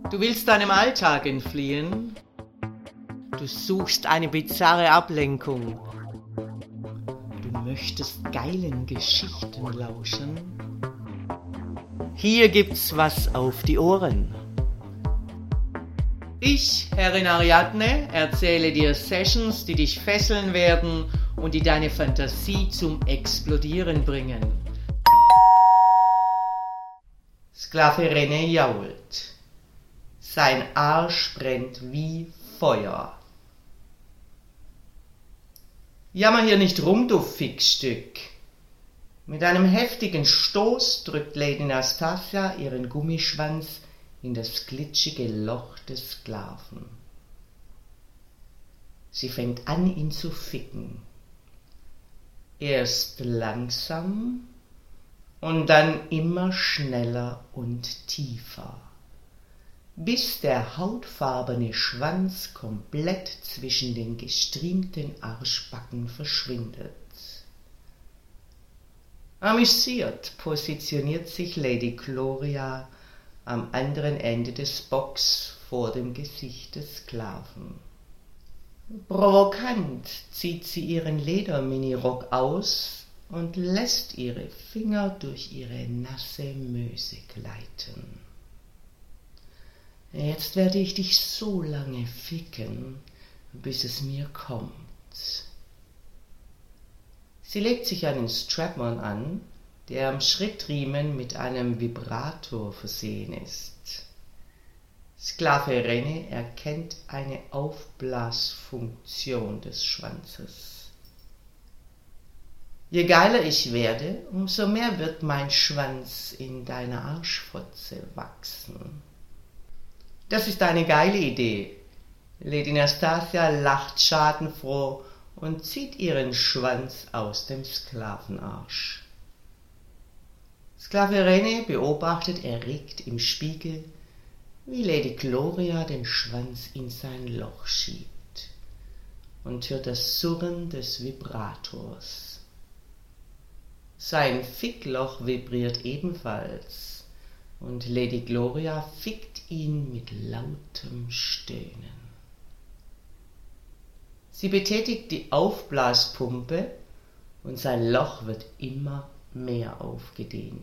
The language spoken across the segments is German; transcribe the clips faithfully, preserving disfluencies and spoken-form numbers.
Du willst deinem Alltag entfliehen? Du suchst eine bizarre Ablenkung. Du möchtest geilen Geschichten lauschen? Hier gibt's was auf die Ohren. Ich, Herrin Ariadne, erzähle dir Sessions, die dich fesseln werden und die deine Fantasie zum Explodieren bringen. Sklave René jault. Sein Arsch brennt wie Feuer. Jammer hier nicht rum, du Fickstück. Mit einem heftigen Stoß drückt Lady Nastasia ihren Gummischwanz in das glitschige Loch des Sklaven. Sie fängt an, ihn zu ficken. Erst langsam und dann immer schneller und tiefer, bis der hautfarbene Schwanz komplett zwischen den gestriemten Arschbacken verschwindet. Amüsiert positioniert sich Lady Gloria am anderen Ende des Bocks vor dem Gesicht des Sklaven. Provokant zieht sie ihren Lederminirock aus und lässt ihre Finger durch ihre nasse Möse gleiten. Jetzt werde ich dich so lange ficken, bis es mir kommt. Sie legt sich einen Strap-on an, der am Schrittriemen mit einem Vibrator versehen ist. Sklave René erkennt eine Aufblasfunktion des Schwanzes. Je geiler ich werde, umso mehr wird mein Schwanz in deiner Arschfotze wachsen. Das ist eine geile Idee. Lady Nastasia lacht schadenfroh und zieht ihren Schwanz aus dem Sklavenarsch. Sklave René beobachtet erregt im Spiegel, wie Lady Gloria den Schwanz in sein Loch schiebt und hört das Surren des Vibrators. Sein Fickloch vibriert ebenfalls und Lady Gloria fickt ihn mit lautem Stöhnen. Sie betätigt die Aufblaspumpe und sein Loch wird immer mehr aufgedehnt.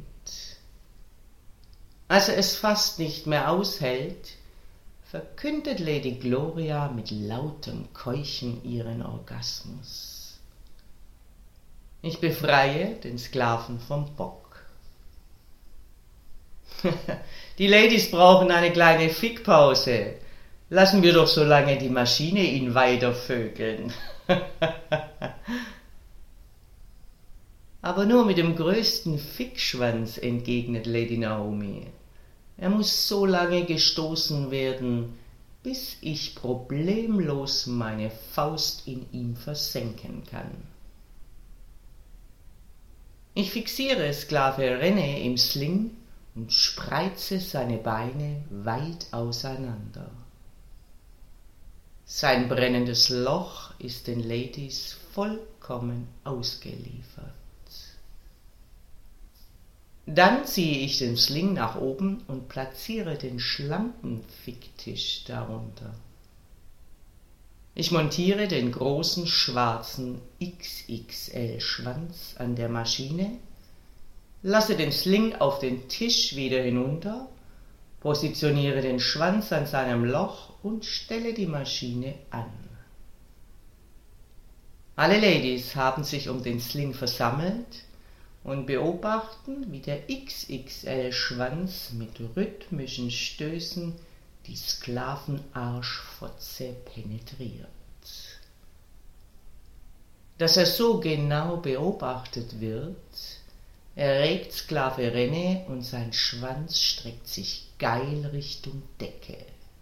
Als er es fast nicht mehr aushält, verkündet Lady Gloria mit lautem Keuchen ihren Orgasmus. Ich befreie den Sklaven vom Bock. Die Ladies brauchen eine kleine Fickpause. Lassen wir doch so lange die Maschine ihn weitervögeln. Aber nur mit dem größten Fickschwanz, entgegnet Lady Naomi. Er muss so lange gestoßen werden, bis ich problemlos meine Faust in ihm versenken kann. Ich fixiere Sklave René im Sling und spreize seine Beine weit auseinander. Sein brennendes Loch ist den Ladies vollkommen ausgeliefert. Dann ziehe ich den Sling nach oben und platziere den schlanken Ficktisch darunter. Ich montiere den großen schwarzen X X L-Schwanz an der Maschine, lasse den Sling auf den Tisch wieder hinunter, positioniere den Schwanz an seinem Loch und stelle die Maschine an. Alle Ladies haben sich um den Sling versammelt und beobachten, wie der X X L-Schwanz mit rhythmischen Stößen die Sklavenarschfotze penetriert. Dass er so genau beobachtet wird, erregt Sklave René und sein Schwanz streckt sich geil Richtung Decke.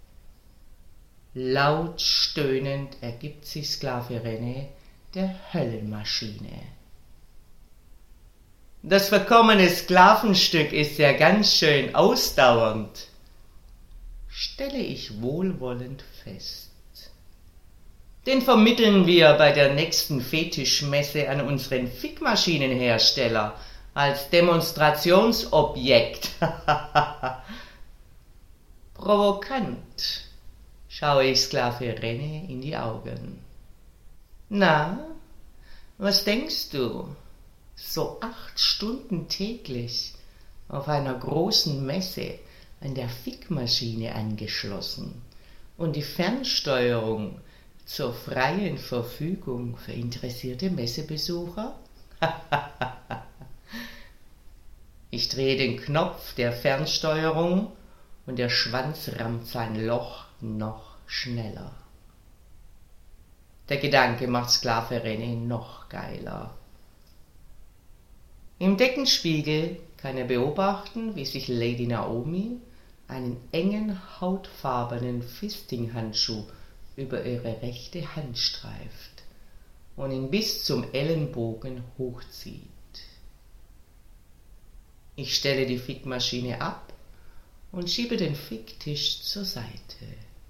Laut stöhnend ergibt sich Sklave René der Höllenmaschine. Das verkommene Sklavenstück ist ja ganz schön ausdauernd, stelle ich wohlwollend fest. Den vermitteln wir bei der nächsten Fetischmesse an unseren Fickmaschinenhersteller als Demonstrationsobjekt. Provokant schaue ich Sklave René in die Augen. Na, was denkst du? So acht Stunden täglich auf einer großen Messe an der Fickmaschine angeschlossen und die Fernsteuerung zur freien Verfügung für interessierte Messebesucher? Ich drehe den Knopf der Fernsteuerung und der Schwanz rammt sein Loch noch schneller. Der Gedanke macht Sklave René noch geiler. Im Deckenspiegel kann er beobachten, wie sich Lady Naomi einen engen, hautfarbenen Fisting-Handschuh über ihre rechte Hand streift und ihn bis zum Ellenbogen hochzieht. Ich stelle die Fickmaschine ab und schiebe den Ficktisch zur Seite.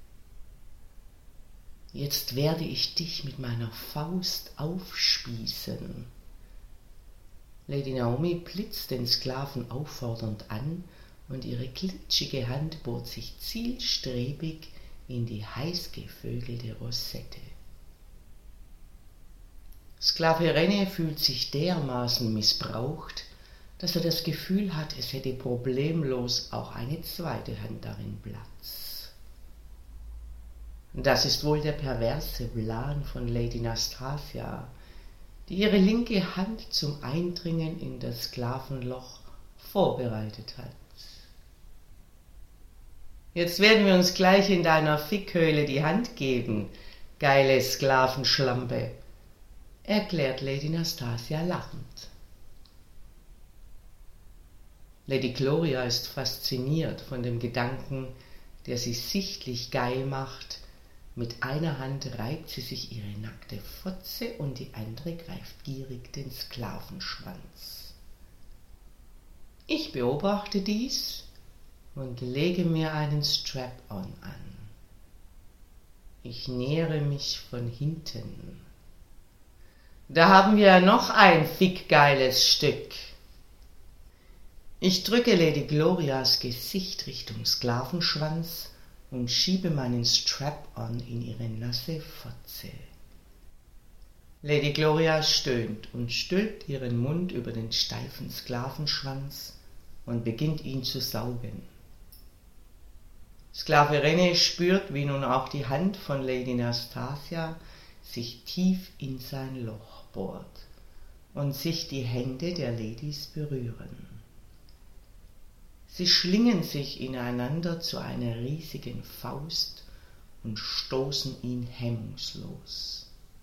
Jetzt werde ich dich mit meiner Faust aufspießen. Lady Naomi blitzt den Sklaven auffordernd an und ihre glitschige Hand bohrt sich zielstrebig in die heiß gevögelte Rosette. Sklave René fühlt sich dermaßen missbraucht, dass er das Gefühl hat, es hätte problemlos auch eine zweite Hand darin Platz. Das ist wohl der perverse Plan von Lady Nastasia, die ihre linke Hand zum Eindringen in das Sklavenloch vorbereitet hat. Jetzt werden wir uns gleich in deiner Fickhöhle die Hand geben, geile Sklavenschlampe, erklärt Lady Nastasia lachend. Lady Gloria ist fasziniert von dem Gedanken, der sie sichtlich geil macht. Mit einer Hand reibt sie sich ihre nackte Fotze und die andere greift gierig den Sklavenschwanz. Ich beobachte dies und lege mir einen Strap-on an. Ich nähere mich von hinten. Da haben wir ja noch ein fickgeiles Stück. Ich drücke Lady Glorias Gesicht Richtung Sklavenschwanz und schiebe meinen Strap-on in ihre nasse Fotze. Lady Gloria stöhnt und stülpt ihren Mund über den steifen Sklavenschwanz und beginnt ihn zu saugen. Sklave René spürt, wie nun auch die Hand von Lady Nastasia sich tief in sein Loch bohrt und sich die Hände der Ladies berühren. Sie schlingen sich ineinander zu einer riesigen Faust und stoßen ihn hemmungslos.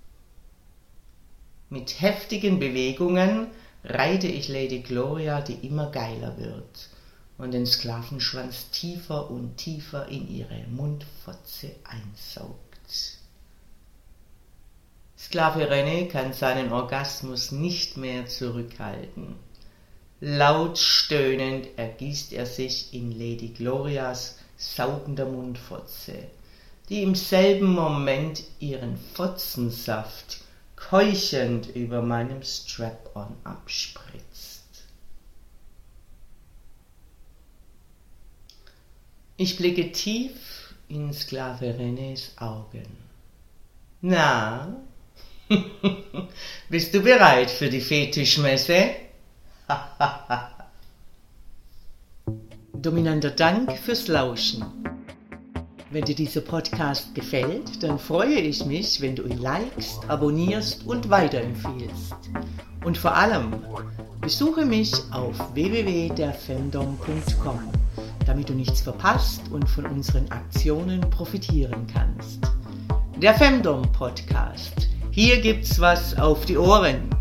Mit heftigen Bewegungen reite ich Lady Gloria, die immer geiler wird und den Sklavenschwanz tiefer und tiefer in ihre Mundfotze einsaugt. Sklave René kann seinen Orgasmus nicht mehr zurückhalten. Laut stöhnend ergießt er sich in Lady Glorias saugender Mundfotze, die im selben Moment ihren Fotzensaft keuchend über meinem Strap-on abspritzt. Ich blicke tief in Sklave Renés Augen. Na, bist du bereit für die Fetischmesse? Dominanter Dank fürs Lauschen. Wenn dir dieser Podcast gefällt, dann freue ich mich, wenn du ihn likest, abonnierst und weiterempfiehlst. Und vor allem, besuche mich auf w w w punkt der femdom punkt com, damit du nichts verpasst und von unseren Aktionen profitieren kannst. Der Femdom Podcast. Hier gibt's was auf die Ohren.